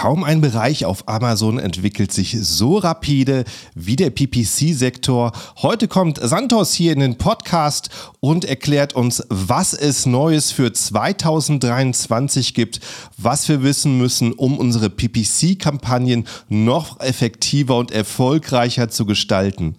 Kaum ein Bereich auf Amazon entwickelt sich so rapide wie der PPC-Sektor. Heute kommt Santos hier in den Podcast und erklärt uns, was es Neues für 2023 gibt, was wir wissen müssen, um unsere PPC-Kampagnen noch effektiver und erfolgreicher zu gestalten.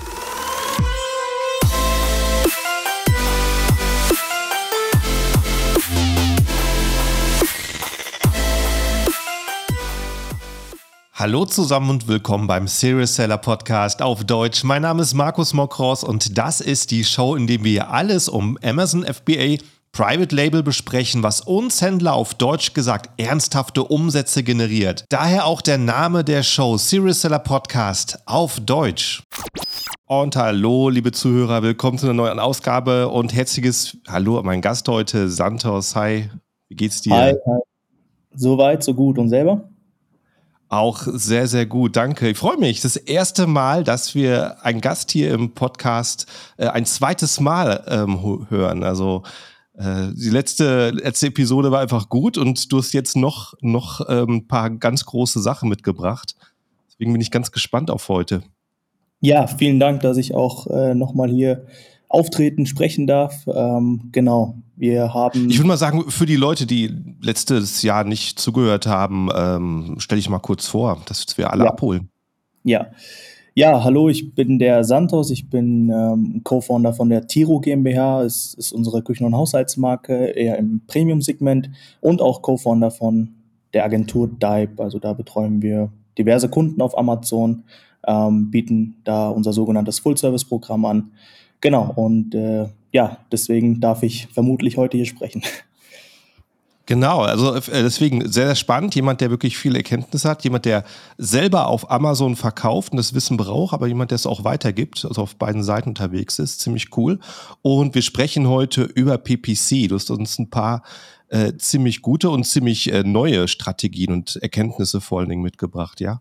Hallo zusammen und willkommen beim Serious Seller Podcast auf Deutsch. Mein Name ist Markus Mokros und das ist die Show, in der wir alles um Amazon FBA Private Label besprechen, was uns Händler auf Deutsch gesagt ernsthafte Umsätze generiert. Daher auch der Name der Show, Serious Seller Podcast auf Deutsch. Und hallo, liebe Zuhörer, willkommen zu einer neuen Ausgabe und herzliches Hallo an meinen Gast heute, Santos. Hi, wie geht's dir? Hi. So weit, so gut. Und selber? Auch sehr, sehr gut, danke. Ich freue mich. Das erste Mal, dass wir einen Gast hier im Podcast ein zweites Mal hören. Also die letzte Episode war einfach gut und du hast jetzt noch ein paar ganz große Sachen mitgebracht. Deswegen bin ich ganz gespannt auf heute. Ja, vielen Dank, dass ich auch nochmal hier auftreten, sprechen darf. Genau, wir haben... Ich würde mal sagen, für die Leute, die letztes Jahr nicht zugehört haben, stelle ich mal kurz vor, dass wir alle abholen. Ja, hallo, ich bin der Santos, ich bin Co-Founder von der Tiro GmbH, es ist unsere Küchen- und Haushaltsmarke, eher im Premium-Segment und auch Co-Founder von der Agentur Dybe, also da betreuen wir diverse Kunden auf Amazon, bieten da unser sogenanntes Full-Service-Programm an. Genau, und deswegen darf ich vermutlich heute hier sprechen. Genau, also deswegen sehr, sehr spannend. Jemand, der wirklich viel Erkenntnis hat, jemand, der selber auf Amazon verkauft und das Wissen braucht, aber jemand, der es auch weitergibt, also auf beiden Seiten unterwegs ist. Ziemlich cool. Und wir sprechen heute über PPC. Du hast uns ein paar ziemlich gute und ziemlich neue Strategien und Erkenntnisse vor allen Dingen mitgebracht, ja?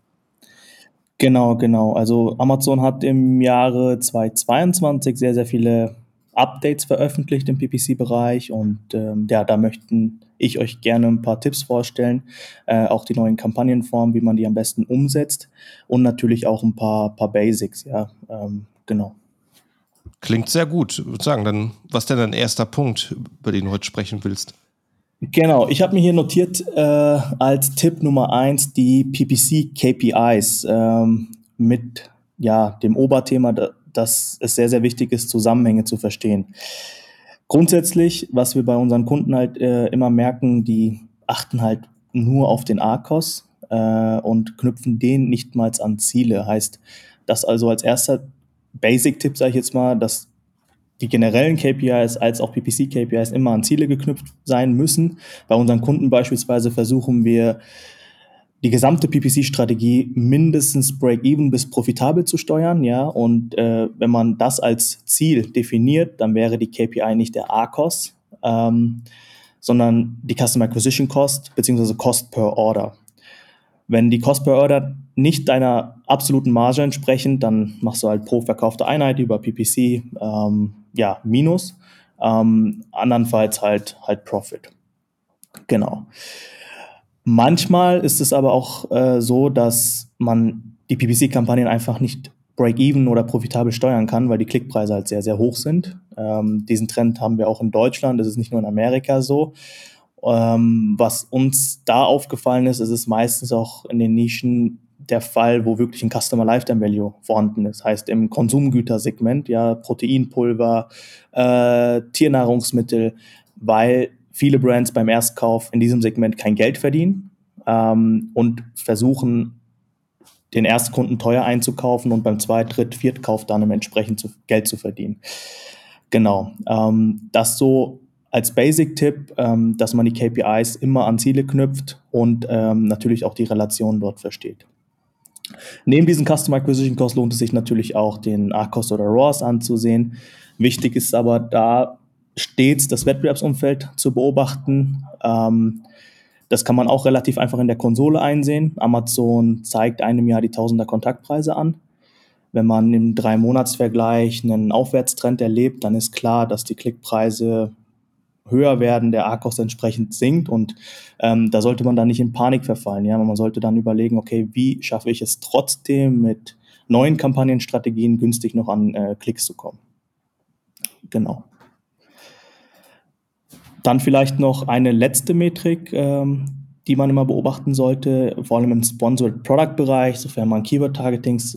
Genau. Also Amazon hat im Jahre 2022 sehr, sehr viele Updates veröffentlicht im PPC-Bereich und da möchten ich euch gerne ein paar Tipps vorstellen, auch die neuen Kampagnenformen, wie man die am besten umsetzt und natürlich auch ein paar Basics, genau. Klingt sehr gut. Ich würde sagen, dann, was denn dein erster Punkt, über den du heute sprechen willst? Genau, ich habe mir hier notiert als Tipp Nummer 1 die PPC-KPIs mit dem Oberthema, dass es sehr, sehr wichtig ist, Zusammenhänge zu verstehen. Grundsätzlich, was wir bei unseren Kunden halt immer merken, die achten halt nur auf den ARKOS und knüpfen den nicht mal an Ziele. Heißt, das also als erster Basic-Tipp, sage ich jetzt mal, dass die generellen KPIs als auch PPC-KPIs immer an Ziele geknüpft sein müssen. Bei unseren Kunden beispielsweise versuchen wir, die gesamte PPC-Strategie mindestens Break-Even bis profitabel zu steuern, ja. Und wenn man das als Ziel definiert, dann wäre die KPI nicht der ARKOS, sondern die Customer Acquisition Cost bzw. Cost per Order. Wenn die Cost per Order nicht deiner absoluten Marge entsprechen, dann machst du halt pro verkaufte Einheit über PPC Minus, andernfalls halt Profit. Genau. Manchmal ist es aber auch so, dass man die PPC-Kampagnen einfach nicht break-even oder profitabel steuern kann, weil die Klickpreise halt sehr, sehr hoch sind. Diesen Trend haben wir auch in Deutschland, das ist nicht nur in Amerika so. Was uns da aufgefallen ist, ist es meistens auch in den Nischen der Fall, wo wirklich ein Customer Lifetime Value vorhanden ist. Heißt im Konsumgütersegment, ja, Proteinpulver, Tiernahrungsmittel, weil viele Brands beim Erstkauf in diesem Segment kein Geld verdienen und versuchen, den Erstkunden teuer einzukaufen und beim Zweit-, Dritt-, Viertkauf dann entsprechend Geld zu verdienen. Genau, das so als Basic-Tipp, dass man die KPIs immer an Ziele knüpft und natürlich auch die Relation dort versteht. Neben diesen Customer Acquisition Cost lohnt es sich natürlich auch, den ARKOS oder ROAS anzusehen. Wichtig ist aber da stets das Wettbewerbsumfeld zu beobachten. Das kann man auch relativ einfach in der Konsole einsehen. Amazon zeigt einem Jahr die Tausender Kontaktpreise an. Wenn man im 3-Monats-Vergleich einen Aufwärtstrend erlebt, dann ist klar, dass die Klickpreise höher werden, der ARKOS entsprechend sinkt und da sollte man dann nicht in Panik verfallen. Ja? Man sollte dann überlegen, okay, wie schaffe ich es trotzdem mit neuen Kampagnenstrategien günstig noch an Klicks zu kommen. Genau. Dann vielleicht noch eine letzte Metrik, die man immer beobachten sollte, vor allem im Sponsored Product Bereich, sofern man Keyword Targetings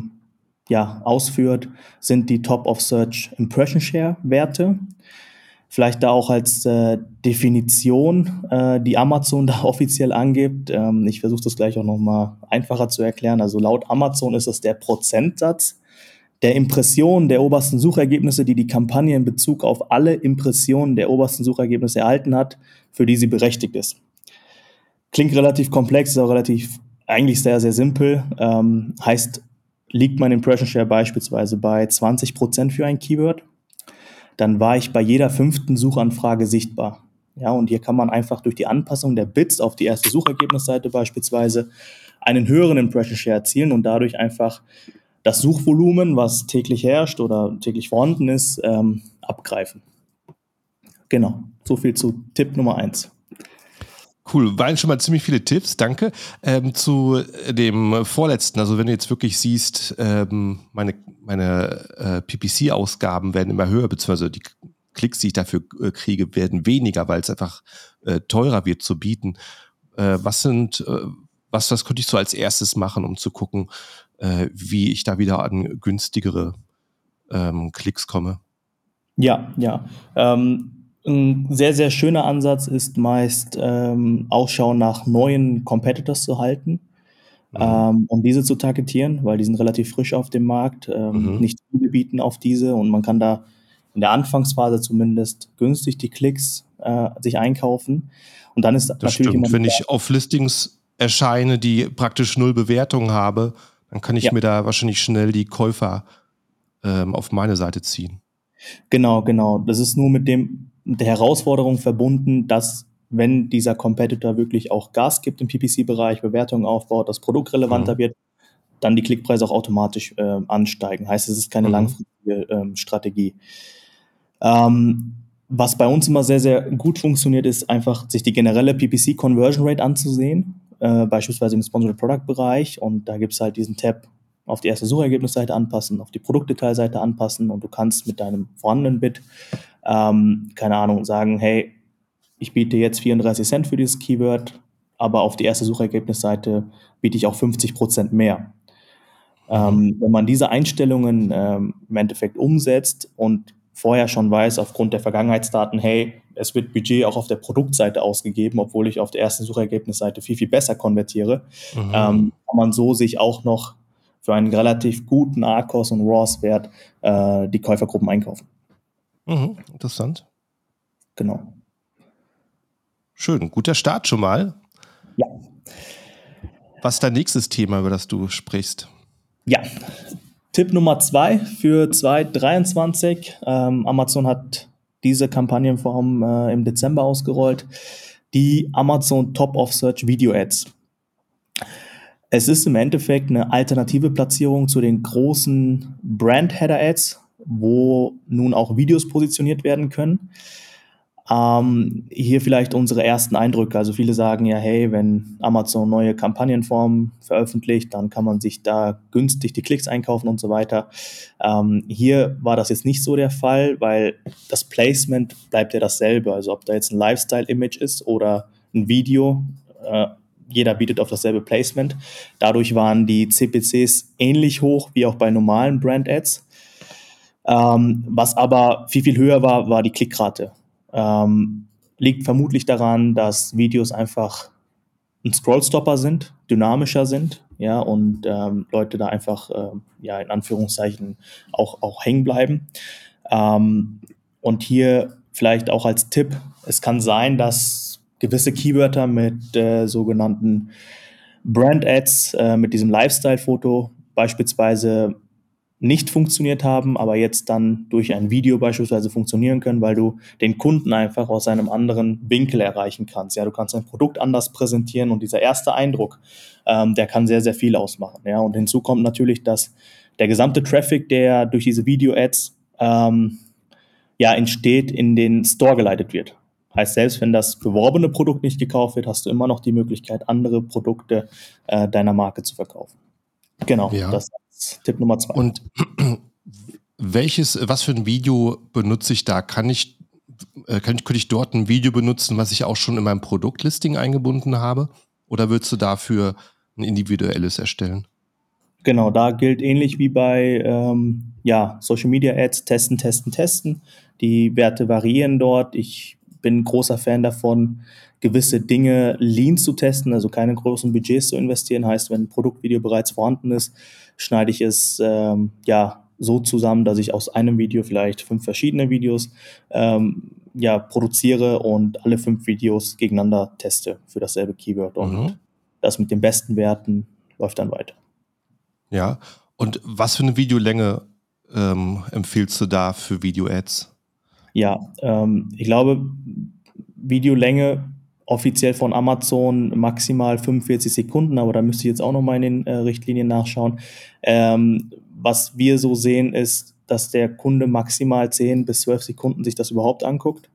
ausführt, sind die Top of Search Impression Share Werte. Vielleicht da auch als Definition, die Amazon da offiziell angibt. Ich versuche das gleich auch nochmal einfacher zu erklären. Also laut Amazon ist das der Prozentsatz der Impressionen der obersten Suchergebnisse, die die Kampagne in Bezug auf alle Impressionen der obersten Suchergebnisse erhalten hat, für die sie berechtigt ist. Klingt relativ komplex, ist auch eigentlich sehr, sehr simpel. Heißt, liegt mein Impression Share beispielsweise bei 20% für ein Keyword, dann war ich bei jeder 5. Suchanfrage sichtbar. Ja, und hier kann man einfach durch die Anpassung der Bits auf die erste Suchergebnisseite beispielsweise einen höheren Impression Share erzielen und dadurch einfach das Suchvolumen, was täglich herrscht oder täglich vorhanden ist, abgreifen. Genau, so viel zu Tipp Nummer 1. Cool, waren schon mal ziemlich viele Tipps, danke. Zu dem vorletzten, also wenn du jetzt wirklich siehst, meine PPC-Ausgaben werden immer höher, beziehungsweise die Klicks, die ich dafür kriege, werden weniger, weil es einfach teurer wird zu bieten. Was könnte ich so als erstes machen, um zu gucken, wie ich da wieder an günstigere Klicks komme? Ja. Ein sehr, sehr schöner Ansatz ist meist Ausschau nach neuen Competitors zu halten, und diese zu targetieren, weil die sind relativ frisch auf dem Markt. Nicht viele bieten auf diese und man kann da in der Anfangsphase zumindest günstig die Klicks sich einkaufen. Und dann ist Das natürlich stimmt. Wenn ich auf Listings erscheine, die praktisch 0 Bewertungen habe, dann kann ich mir da wahrscheinlich schnell die Käufer auf meine Seite ziehen. Genau. Das ist nur mit der Herausforderung verbunden, dass wenn dieser Competitor wirklich auch Gas gibt im PPC-Bereich, Bewertungen aufbaut, das Produkt relevanter wird, dann die Klickpreise auch automatisch ansteigen. Heißt, es ist keine langfristige Strategie. Was bei uns immer sehr, sehr gut funktioniert, ist einfach, sich die generelle PPC-Conversion Rate anzusehen, beispielsweise im Sponsored Product-Bereich. Und da gibt es halt diesen Tab auf die erste Suchergebnisseite anpassen, auf die Produktdetailseite anpassen und du kannst mit deinem vorhandenen Bid, keine Ahnung, sagen, hey, ich biete jetzt 34 Cent für dieses Keyword, aber auf die erste Suchergebnisseite biete ich auch 50% mehr. Wenn man diese Einstellungen im Endeffekt umsetzt und vorher schon weiß, aufgrund der Vergangenheitsdaten, hey, es wird Budget auch auf der Produktseite ausgegeben, obwohl ich auf der ersten Suchergebnisseite viel, viel besser konvertiere, kann man so sich auch noch für einen relativ guten ARKOS und ROAS-Wert die Käufergruppen einkaufen. Interessant. Genau. Schön, guter Start schon mal. Ja. Was ist dein nächstes Thema, über das du sprichst? Ja, Tipp Nummer 2 für 2023. Amazon hat diese Kampagnenform im Dezember ausgerollt. Die Amazon Top of Search Video Ads. Es ist im Endeffekt eine alternative Platzierung zu den großen Brand Header Ads, wo nun auch Videos positioniert werden können. Hier vielleicht unsere ersten Eindrücke. Also viele sagen ja, hey, wenn Amazon neue Kampagnenformen veröffentlicht, dann kann man sich da günstig die Klicks einkaufen und so weiter. Hier war das jetzt nicht so der Fall, weil das Placement bleibt ja dasselbe. Also ob da jetzt ein Lifestyle-Image ist oder ein Video, jeder bietet auf dasselbe Placement. Dadurch waren die CPCs ähnlich hoch wie auch bei normalen Brand-Ads. Was aber viel, viel höher war die Klickrate. Liegt vermutlich daran, dass Videos einfach ein Scrollstopper sind, dynamischer sind, ja, und Leute da einfach, in Anführungszeichen auch hängen bleiben. Und hier vielleicht auch als Tipp, es kann sein, dass gewisse Keywörter mit sogenannten Brand-Ads, mit diesem Lifestyle-Foto beispielsweise nicht funktioniert haben, aber jetzt dann durch ein Video beispielsweise funktionieren können, weil du den Kunden einfach aus einem anderen Winkel erreichen kannst. Ja, du kannst dein Produkt anders präsentieren und dieser erste Eindruck, der kann sehr, sehr viel ausmachen. Ja, und hinzu kommt natürlich, dass der gesamte Traffic, der durch diese Video-Ads entsteht, in den Store geleitet wird. Heißt, selbst wenn das beworbene Produkt nicht gekauft wird, hast du immer noch die Möglichkeit, andere Produkte deiner Marke zu verkaufen. Genau, Ja. das ist Tipp Nummer 2. Und was für ein Video benutze ich da? Könnte ich dort ein Video benutzen, was ich auch schon in meinem Produktlisting eingebunden habe? Oder würdest du dafür ein individuelles erstellen? Genau, da gilt ähnlich wie bei Social Media Ads, testen, testen, testen. Die Werte variieren dort. Ich bin großer Fan davon, gewisse Dinge lean zu testen, also keine großen Budgets zu investieren. Heißt, wenn ein Produktvideo bereits vorhanden ist, schneide ich es so zusammen, dass ich aus einem Video vielleicht 5 verschiedene Videos produziere und alle 5 Videos gegeneinander teste für dasselbe Keyword. Und das mit den besten Werten läuft dann weiter. Ja, und was für eine Videolänge empfiehlst du da für Video-Ads? Ja, ich glaube, Videolänge offiziell von Amazon maximal 45 Sekunden, aber da müsste ich jetzt auch nochmal in den Richtlinien nachschauen. Was wir so sehen, ist, dass der Kunde maximal 10 bis 12 Sekunden sich das überhaupt anguckt.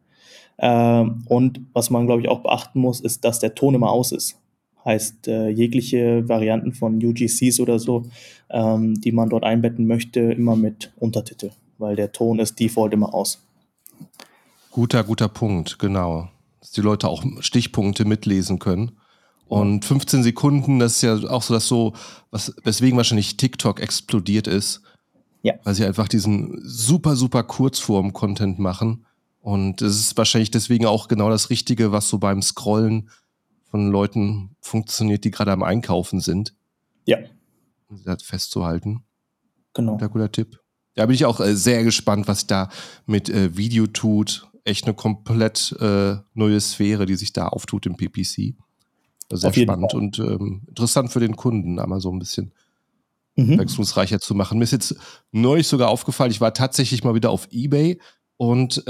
Und was man, glaube ich, auch beachten muss, ist, dass der Ton immer aus ist. Heißt, jegliche Varianten von UGCs oder so, die man dort einbetten möchte, immer mit Untertitel, weil der Ton ist default immer aus. Guter Punkt, genau. Dass die Leute auch Stichpunkte mitlesen können. Und 15 Sekunden, das ist ja auch so, weswegen wahrscheinlich TikTok explodiert ist. Ja. Weil sie einfach diesen super, super Kurzform-Content machen. Und es ist wahrscheinlich deswegen auch genau das Richtige, was so beim Scrollen von Leuten funktioniert, die gerade am Einkaufen sind. Ja. Um das festzuhalten. Genau. Guter Tipp. Da bin ich auch sehr gespannt, was da mit Video tut. Echt eine komplett neue Sphäre, die sich da auftut im PPC. Sehr spannend und interessant für den Kunden, einmal so ein bisschen wechslungsreicher zu machen. Mir ist jetzt neulich sogar aufgefallen, ich war tatsächlich mal wieder auf eBay und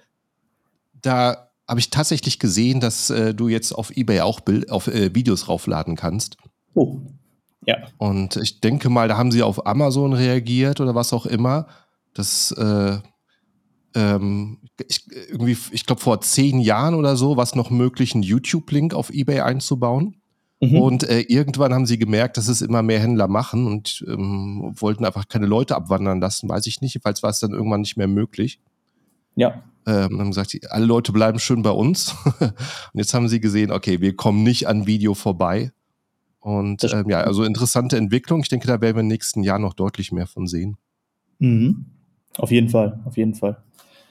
da habe ich tatsächlich gesehen, dass du jetzt auf eBay auch Videos raufladen kannst. Oh, ja. Und ich denke mal, da haben sie auf Amazon reagiert oder was auch immer. Das ich glaube vor 10 Jahren oder so war es noch möglich, einen YouTube-Link auf eBay einzubauen. Und irgendwann haben sie gemerkt, dass es immer mehr Händler machen und wollten einfach keine Leute abwandern lassen, weiß ich nicht. Jedenfalls war es dann irgendwann nicht mehr möglich. Ja. Haben gesagt, alle Leute bleiben schön bei uns. Und jetzt haben sie gesehen, okay, wir kommen nicht an Video vorbei. Und also interessante Entwicklung. Ich denke, da werden wir im nächsten Jahr noch deutlich mehr von sehen. Auf jeden Fall, auf jeden Fall.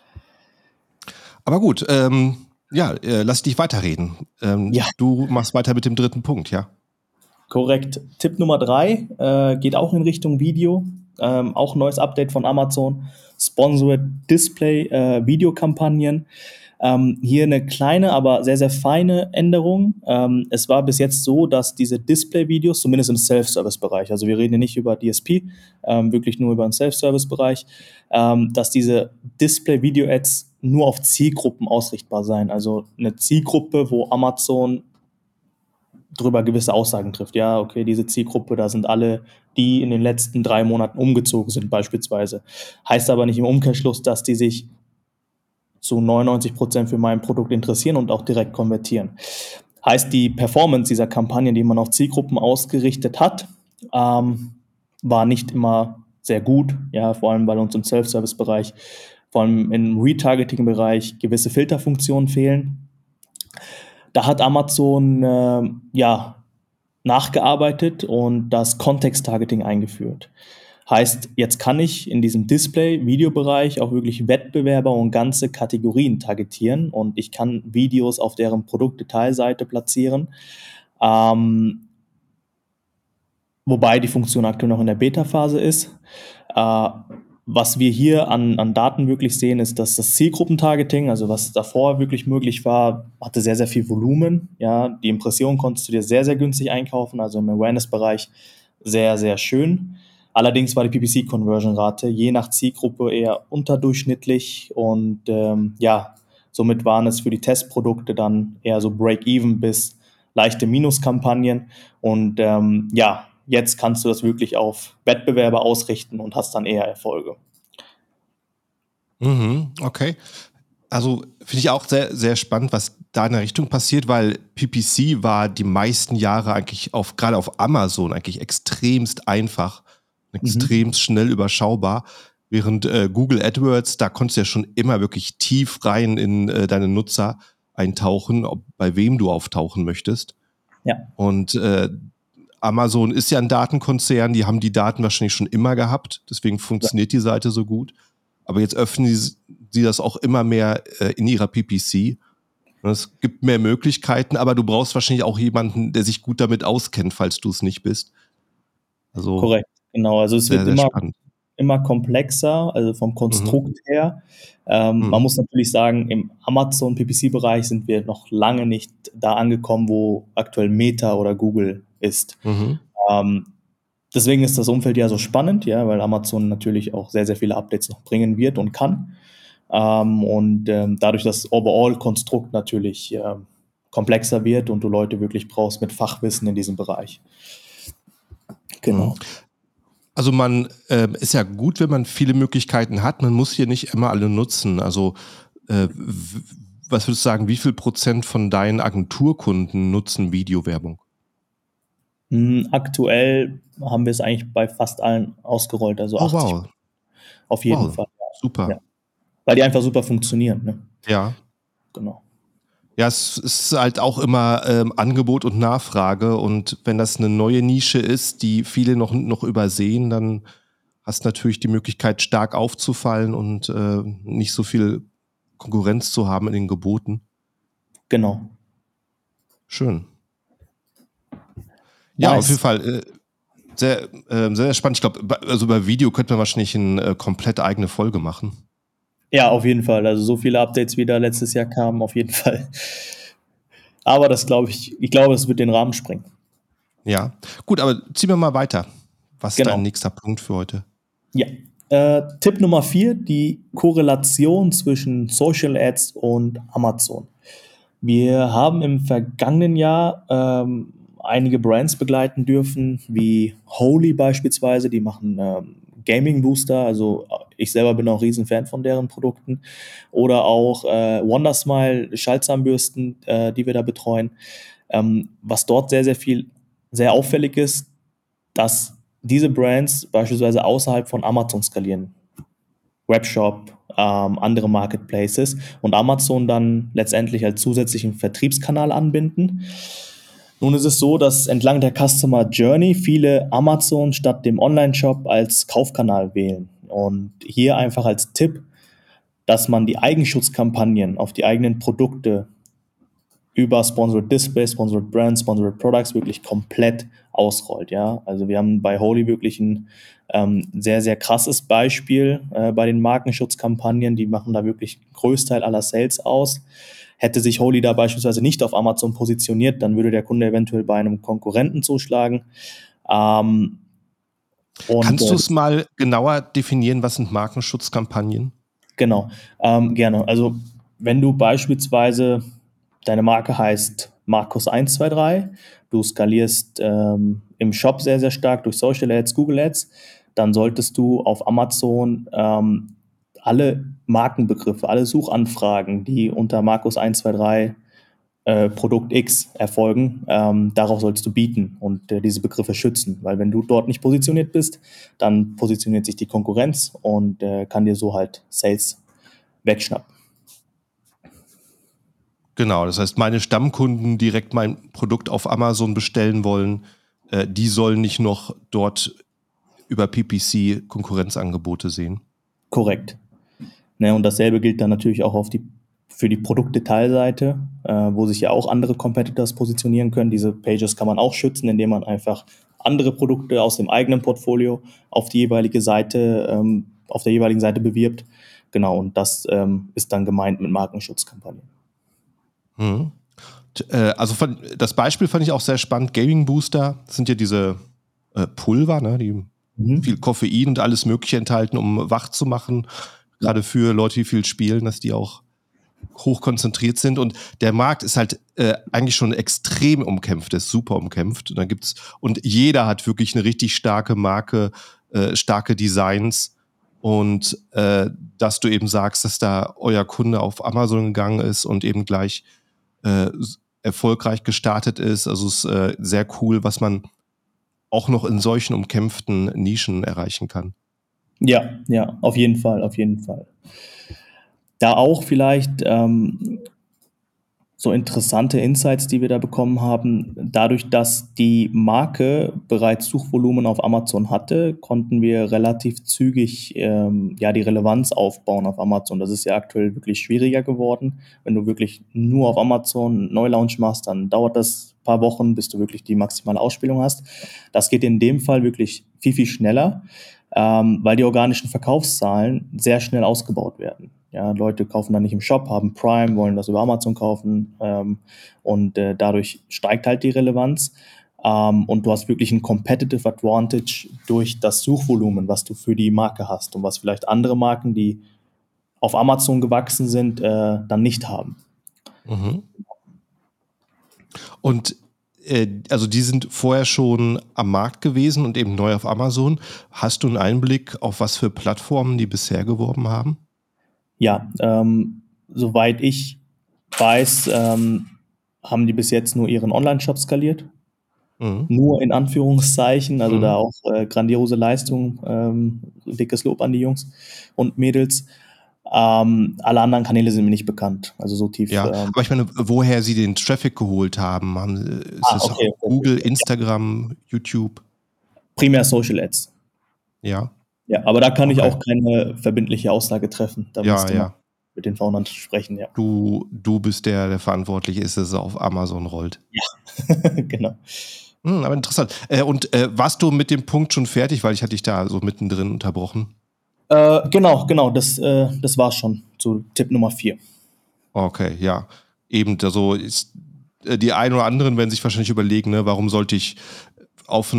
Aber gut, lass dich weiterreden. Du machst weiter mit dem 3. Punkt, ja? Korrekt. Tipp Nummer 3 geht auch in Richtung Video. Auch ein neues Update von Amazon. Sponsored Display Videokampagnen. Hier eine kleine, aber sehr, sehr feine Änderung. Es war bis jetzt so, dass diese Display-Videos, zumindest im Self-Service-Bereich, also wir reden hier nicht über DSP, wirklich nur über den Self-Service-Bereich, dass diese Display-Video-Ads nur auf Zielgruppen ausrichtbar sein. Also eine Zielgruppe, wo Amazon drüber gewisse Aussagen trifft. Ja, okay, diese Zielgruppe, da sind alle, die in den letzten 3 Monaten umgezogen sind beispielsweise. Heißt aber nicht im Umkehrschluss, dass die sich zu 99% für mein Produkt interessieren und auch direkt konvertieren. Heißt, die Performance dieser Kampagnen, die man auf Zielgruppen ausgerichtet hat, war nicht immer sehr gut. Ja, vor allem, weil uns im Self-Service-Bereich, vor allem im Retargeting-Bereich, gewisse Filterfunktionen fehlen. Da hat Amazon nachgearbeitet und das Kontext-Targeting eingeführt. Heißt, jetzt kann ich in diesem Display-Videobereich auch wirklich Wettbewerber und ganze Kategorien targetieren und ich kann Videos auf deren Produktdetailseite platzieren. Wobei die Funktion aktuell noch in der Beta-Phase ist. Was wir hier an Daten wirklich sehen, ist, dass das Zielgruppentargeting, also was davor wirklich möglich war, hatte sehr, sehr viel Volumen. Ja, die Impression konntest du dir sehr, sehr günstig einkaufen, also im Awareness-Bereich sehr, sehr schön. Allerdings war die PPC-Conversion-Rate je nach Zielgruppe eher unterdurchschnittlich und somit waren es für die Testprodukte dann eher so Break-Even bis leichte Minuskampagnen und jetzt kannst du das wirklich auf Wettbewerber ausrichten und hast dann eher Erfolge. Okay. Also finde ich auch sehr, sehr spannend, was da in der Richtung passiert, weil PPC war die meisten Jahre eigentlich gerade auf Amazon eigentlich extremst einfach, Mhm. extremst schnell überschaubar, während Google AdWords, da konntest du ja schon immer wirklich tief rein in deine Nutzer eintauchen, bei wem du auftauchen möchtest. Ja. Und Amazon ist ja ein Datenkonzern, die haben die Daten wahrscheinlich schon immer gehabt, deswegen funktioniert die Seite so gut. Aber jetzt öffnen sie das auch immer mehr in ihrer PPC. Es gibt mehr Möglichkeiten, aber du brauchst wahrscheinlich auch jemanden, der sich gut damit auskennt, falls du es nicht bist. Also Korrekt, genau. Also es sehr, wird sehr spannend. immer komplexer, also vom Mhm. Konstrukt her. Man Mhm. muss natürlich sagen, im Amazon PPC-Bereich sind wir noch lange nicht da angekommen, wo aktuell Meta oder Google ist. Mhm. Ähm, Deswegen ist das Umfeld ja so spannend, ja, weil Amazon natürlich auch sehr, sehr viele Updates noch bringen wird und kann. Dadurch das Overall-Konstrukt natürlich komplexer wird und du Leute wirklich brauchst mit Fachwissen in diesem Bereich. Mhm. Genau. Also man ist ja gut, wenn man viele Möglichkeiten hat. Man muss hier nicht immer alle nutzen. Also was würdest du sagen, wie viel Prozent von deinen Agenturkunden nutzen Videowerbung? Aktuell haben wir es eigentlich bei fast allen ausgerollt, also Oh 80 wow, auf jeden wow, Fall. Ja. super. Ja. Weil die einfach super funktionieren, ne? Ja. Genau. Ja, es ist halt auch immer Angebot und Nachfrage und wenn das eine neue Nische ist, die viele noch übersehen, dann hast du natürlich die Möglichkeit, stark aufzufallen und nicht so viel Konkurrenz zu haben in den Geboten. Genau. Schön. Ja, auf jeden Nice. Fall sehr, sehr spannend. Ich glaube, also über Video könnte man wahrscheinlich eine komplett eigene Folge machen. Ja, auf jeden Fall. Also so viele Updates, wie da letztes Jahr kamen, auf jeden Fall. Aber das glaube ich glaube, es wird den Rahmen sprengen. Ja, gut, aber ziehen wir mal weiter. Was ist dein Genau. nächster Punkt für heute? Ja. Tipp Nummer 4, die Korrelation zwischen Social Ads und Amazon. Wir haben im vergangenen Jahr einige Brands begleiten dürfen, wie Holy beispielsweise, die machen Gaming Booster, also ich selber bin auch riesen Fan von deren Produkten. Oder auch Wondersmile, Schaltzahnbürsten, die wir da betreuen. Was dort sehr, sehr sehr auffällig ist, dass diese Brands beispielsweise außerhalb von Amazon skalieren. Webshop, andere Marketplaces und Amazon dann letztendlich als zusätzlichen Vertriebskanal anbinden. Nun ist es so, dass entlang der Customer Journey viele Amazon statt dem Online-Shop als Kaufkanal wählen. Und hier einfach als Tipp, dass man die Eigenschutzkampagnen auf die eigenen Produkte über Sponsored Display, Sponsored Brands, Sponsored Products wirklich komplett ausrollt. Ja? Also wir haben bei Holy wirklich ein sehr, sehr krasses Beispiel bei den Markenschutzkampagnen. Die machen da wirklich einen Größteil aller Sales aus. Hätte sich Holy da beispielsweise nicht auf Amazon positioniert, dann würde der Kunde eventuell bei einem Konkurrenten zuschlagen. Ähm, und Kannst du es mal genauer definieren, was sind Markenschutzkampagnen? Genau, gerne. Also wenn du beispielsweise, deine Marke heißt Markus123, du skalierst im Shop sehr, sehr stark durch Social Ads, Google Ads, dann solltest du auf Amazon alle Markenbegriffe, alle Suchanfragen, die unter Markus123 Produkt X erfolgen, darauf solltest du bieten und diese Begriffe schützen, weil wenn du dort nicht positioniert bist, dann positioniert sich die Konkurrenz und kann dir so halt Sales wegschnappen. Genau, das heißt, meine Stammkunden direkt mein Produkt auf Amazon bestellen wollen, die sollen nicht noch dort über PPC Konkurrenzangebote sehen. Korrekt. Ne, und dasselbe gilt dann natürlich auch für die Produktdetailseite, wo sich ja auch andere Competitors positionieren können. Diese Pages kann man auch schützen, indem man einfach andere Produkte aus dem eigenen Portfolio auf die jeweilige Seite, auf der jeweiligen Seite bewirbt. Genau, und das ist dann gemeint mit Markenschutzkampagnen. Mhm. Also das Beispiel fand ich auch sehr spannend. Gaming Booster, das sind ja diese Pulver, ne, die viel Koffein und alles Mögliche enthalten, um wach zu machen. Ja. Gerade für Leute, die viel spielen, dass die auch hoch konzentriert sind. Und der Markt ist halt eigentlich schon extrem umkämpft, ist super umkämpft. Und jeder hat wirklich eine richtig starke Marke, starke Designs. und dass du eben sagst, dass da euer Kunde auf Amazon gegangen ist und eben gleich erfolgreich gestartet ist. Also es ist sehr cool, was man auch noch in solchen umkämpften Nischen erreichen kann. Ja, ja, auf jeden Fall, auf jeden Fall. Da auch vielleicht so interessante Insights, die wir da bekommen haben. Dadurch, dass die Marke bereits Suchvolumen auf Amazon hatte, konnten wir relativ zügig ja, die Relevanz aufbauen auf Amazon. Das ist ja aktuell wirklich schwieriger geworden. Wenn du wirklich nur auf Amazon einen Neulaunch machst, dann dauert das ein paar Wochen, bis du wirklich die maximale Ausspielung hast. Das geht in dem Fall wirklich viel, viel schneller, weil die organischen Verkaufszahlen sehr schnell ausgebaut werden. Ja, Leute kaufen dann nicht im Shop, haben Prime, wollen das über Amazon kaufen und dadurch steigt halt die Relevanz. Und du hast wirklich ein Competitive Advantage durch das Suchvolumen, was du für die Marke hast und was vielleicht andere Marken, die auf Amazon gewachsen sind, dann nicht haben. Mhm. Und also die sind vorher schon am Markt gewesen und eben neu auf Amazon. Hast du einen Einblick, auf was für Plattformen die bisher geworben haben? Ja, soweit ich weiß, haben die bis jetzt nur ihren Online-Shop skaliert. Mhm. Nur in Anführungszeichen, also da Mhm. auch grandiose Leistung, dickes Lob an die Jungs und Mädels. Alle anderen Kanäle sind mir nicht bekannt, also so tief. Ja, aber ich meine, woher sie den Traffic geholt haben. Ist es Okay, Google, okay. Instagram, YouTube? Primär Social Ads. Ja, Ja, aber da kann ich okay. auch keine verbindliche Aussage treffen. Da Ja, müsste man ja. mit den Foundern sprechen, ja. Du bist der verantwortlich ist, dass es auf Amazon rollt. Genau. Aber interessant. Und warst du mit dem Punkt schon fertig? Weil ich hatte dich da so mittendrin unterbrochen. Genau, das war's schon zu Tipp Nummer 4. Okay, ja. Eben, also ist, die einen oder anderen werden sich wahrscheinlich überlegen, ne, warum sollte ich auf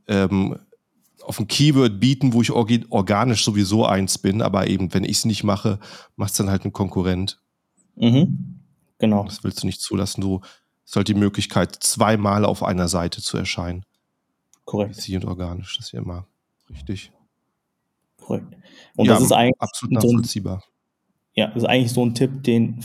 ein Keyword bieten, wo ich organisch sowieso eins bin, aber eben, wenn ich es nicht mache, macht es dann halt ein Konkurrent. Mhm. Genau, Das willst du nicht zulassen. Du hast halt die Möglichkeit, zweimal auf einer Seite zu erscheinen. korrekt, PC und organisch, das ist ja immer richtig. korrekt. Und das Ja, ist eigentlich absolut so ein nachvollziehbar. Ja, das ist eigentlich so ein Tipp,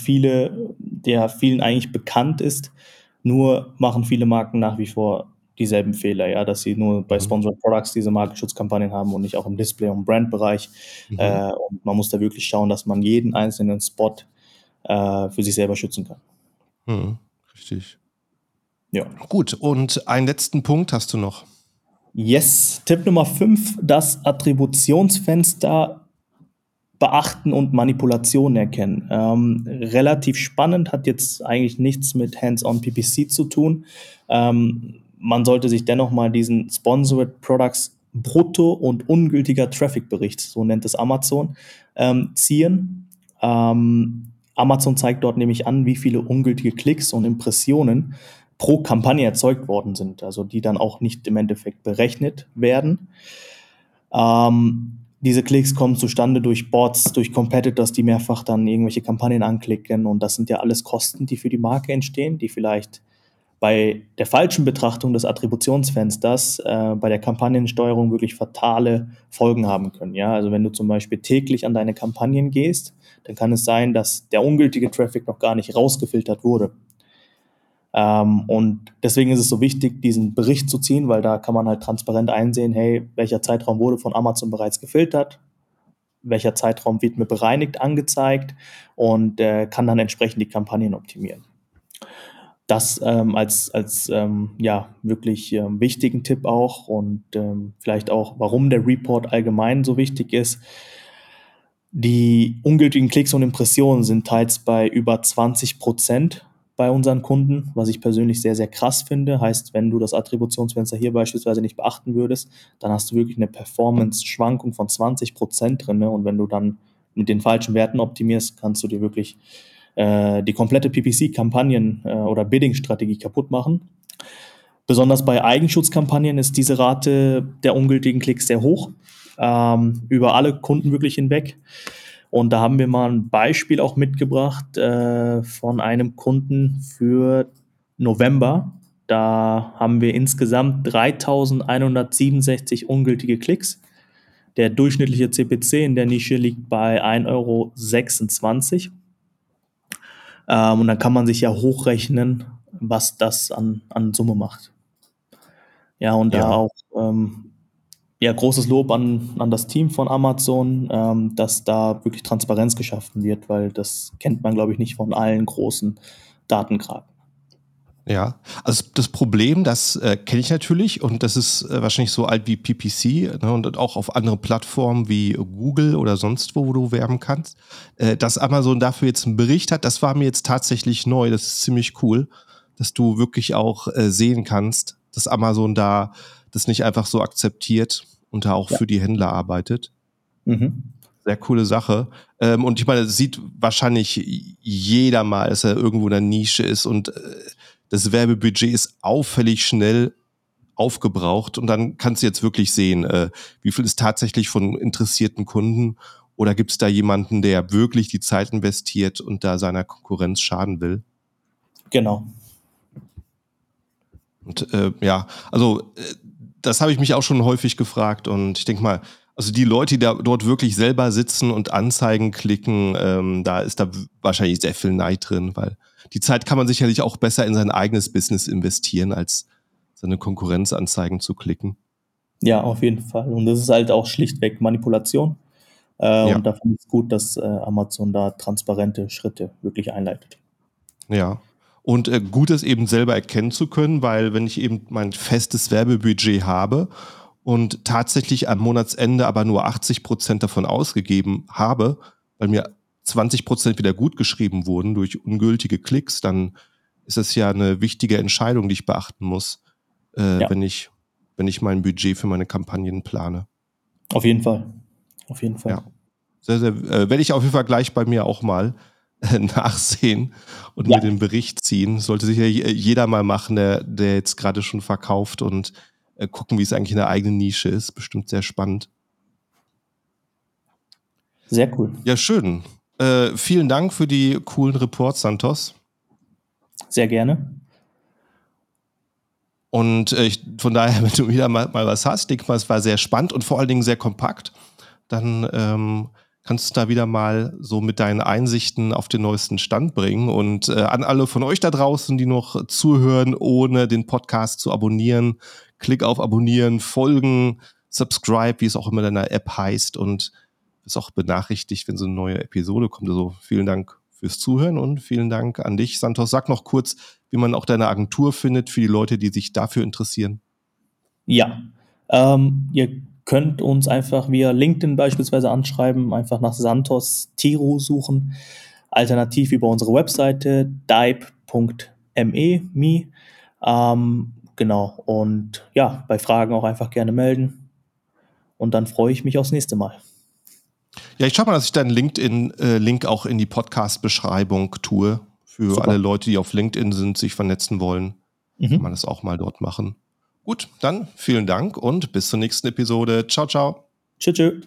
der vielen eigentlich bekannt ist, nur machen viele Marken nach wie vor dieselben Fehler, ja, dass sie nur bei Mhm. Sponsored Products diese Markenschutzkampagnen haben und nicht auch im Display- und Brandbereich. Mhm. Und man muss da wirklich schauen, dass man jeden einzelnen Spot für sich selber schützen kann. Mhm. Richtig. Ja. Gut, und einen letzten Punkt hast du noch. Yes, Tipp Nummer 5: das Attributionsfenster beachten und Manipulationen erkennen. Relativ spannend, hat jetzt eigentlich nichts mit Hands-on PPC zu tun. Man sollte sich dennoch mal diesen Sponsored Products Brutto- und ungültiger Traffic-Bericht, so nennt es Amazon, ziehen. Amazon zeigt dort nämlich an, wie viele ungültige Klicks und Impressionen pro Kampagne erzeugt worden sind, also die dann auch nicht im Endeffekt berechnet werden. Diese Klicks kommen zustande durch Bots, durch Competitors, die mehrfach dann irgendwelche Kampagnen anklicken. Und das sind ja alles Kosten, die für die Marke entstehen, die vielleicht bei der falschen Betrachtung des Attributionsfensters bei der Kampagnensteuerung wirklich fatale Folgen haben können. Ja? Also wenn du zum Beispiel täglich an deine Kampagnen gehst, dann kann es sein, dass der ungültige Traffic noch gar nicht rausgefiltert wurde. Und deswegen ist es so wichtig, diesen Bericht zu ziehen, weil da kann man halt transparent einsehen, hey, welcher Zeitraum wurde von Amazon bereits gefiltert, welcher Zeitraum wird mir bereinigt angezeigt und kann dann entsprechend die Kampagnen optimieren. Das als ja, wirklich wichtigen Tipp auch und vielleicht auch, warum der Report allgemein so wichtig ist. Die ungültigen Klicks und Impressionen sind teils bei über 20% bei unseren Kunden, was ich persönlich sehr, sehr krass finde. Heißt, wenn du das Attributionsfenster hier beispielsweise nicht beachten würdest, dann hast du wirklich eine Performance-Schwankung von 20% drin. Und wenn du dann mit den falschen Werten optimierst, kannst du dir wirklich die komplette PPC-Kampagnen oder Bidding-Strategie kaputt machen. Besonders bei Eigenschutzkampagnen ist diese Rate der ungültigen Klicks sehr hoch, über alle Kunden wirklich hinweg. Und da haben wir mal ein Beispiel auch mitgebracht von einem Kunden für November. Da haben wir insgesamt 3.167 ungültige Klicks Der durchschnittliche CPC in der Nische liegt bei 1,26 Euro. Und dann kann man sich ja hochrechnen, was das an Summe macht. Ja, und da Ja. auch großes Lob an das Team von Amazon, dass da wirklich Transparenz geschaffen wird, weil das kennt man, glaube ich, nicht von allen großen Datenkraken. Ja, also das Problem, das kenne ich natürlich und das ist wahrscheinlich so alt wie PPC, ne, und auch auf andere Plattformen wie Google oder sonst wo du werben kannst. Dass Amazon dafür jetzt einen Bericht hat, das war mir jetzt tatsächlich neu. Das ist ziemlich cool, dass du wirklich auch sehen kannst, dass Amazon da das nicht einfach so akzeptiert und da auch Ja. für die Händler arbeitet. Mhm. Sehr coole Sache. Und ich meine, das sieht wahrscheinlich jeder mal, dass er irgendwo in der Nische ist und das Werbebudget ist auffällig schnell aufgebraucht und dann kannst du jetzt wirklich sehen, wie viel ist tatsächlich von interessierten Kunden oder gibt es da jemanden, der wirklich die Zeit investiert und da seiner Konkurrenz schaden will? Genau. Und das habe ich mich auch schon häufig gefragt und ich denke mal, also die Leute, die da dort wirklich selber sitzen und Anzeigen klicken, da ist da wahrscheinlich sehr viel Neid drin, weil die Zeit kann man sicherlich auch besser in sein eigenes Business investieren, als seine Konkurrenzanzeigen zu klicken. Ja, auf jeden Fall. Und das ist halt auch schlichtweg Manipulation. Ja, Und da finde ich es gut, dass Amazon da transparente Schritte wirklich einleitet. ja. Und gut ist eben selber erkennen zu können, weil wenn ich eben mein festes Werbebudget habe und tatsächlich am Monatsende aber nur 80% davon ausgegeben habe, weil mir 20% wieder gut geschrieben wurden durch ungültige Klicks, dann ist das ja eine wichtige Entscheidung, die ich beachten muss, Ja, wenn ich mein Budget für meine Kampagnen plane. auf jeden Fall. Auf jeden Fall. Ja, werde ich auf jeden Fall gleich bei mir auch mal nachsehen und Ja, mir den Bericht ziehen. Sollte sicher jeder mal machen, der jetzt gerade schon verkauft und gucken, wie es eigentlich in der eigenen Nische ist. Bestimmt sehr spannend. sehr cool. Ja, schön. Vielen Dank für die coolen Reports, Santos. Sehr gerne. Und von daher, wenn du wieder mal was hast, denke mal, es war sehr spannend und vor allen Dingen sehr kompakt, dann kannst du da wieder mal so mit deinen Einsichten auf den neuesten Stand bringen. Und an alle von euch da draußen, die noch zuhören, ohne den Podcast zu abonnieren, klick auf Abonnieren, Folgen, Subscribe, wie es auch immer in deiner App heißt und ist auch benachrichtigt, wenn so eine neue Episode kommt. Also vielen Dank fürs Zuhören und vielen Dank an dich, Santos. Sag noch kurz, wie man auch deine Agentur findet für die Leute, die sich dafür interessieren. Ja, ihr könnt uns einfach via LinkedIn beispielsweise anschreiben, einfach nach Santos Tiro suchen, alternativ über unsere Webseite dive.me. Genau, und ja, bei Fragen auch einfach gerne melden und dann freue ich mich aufs nächste Mal. Ja, ich schau mal, dass ich deinen LinkedIn-Link auch in die Podcast-Beschreibung tue. Für Super. alle Leute, die auf LinkedIn sind, sich vernetzen wollen, kann man das auch mal dort machen. Gut, dann vielen Dank und bis zur nächsten Episode. Ciao, ciao. Tschüss.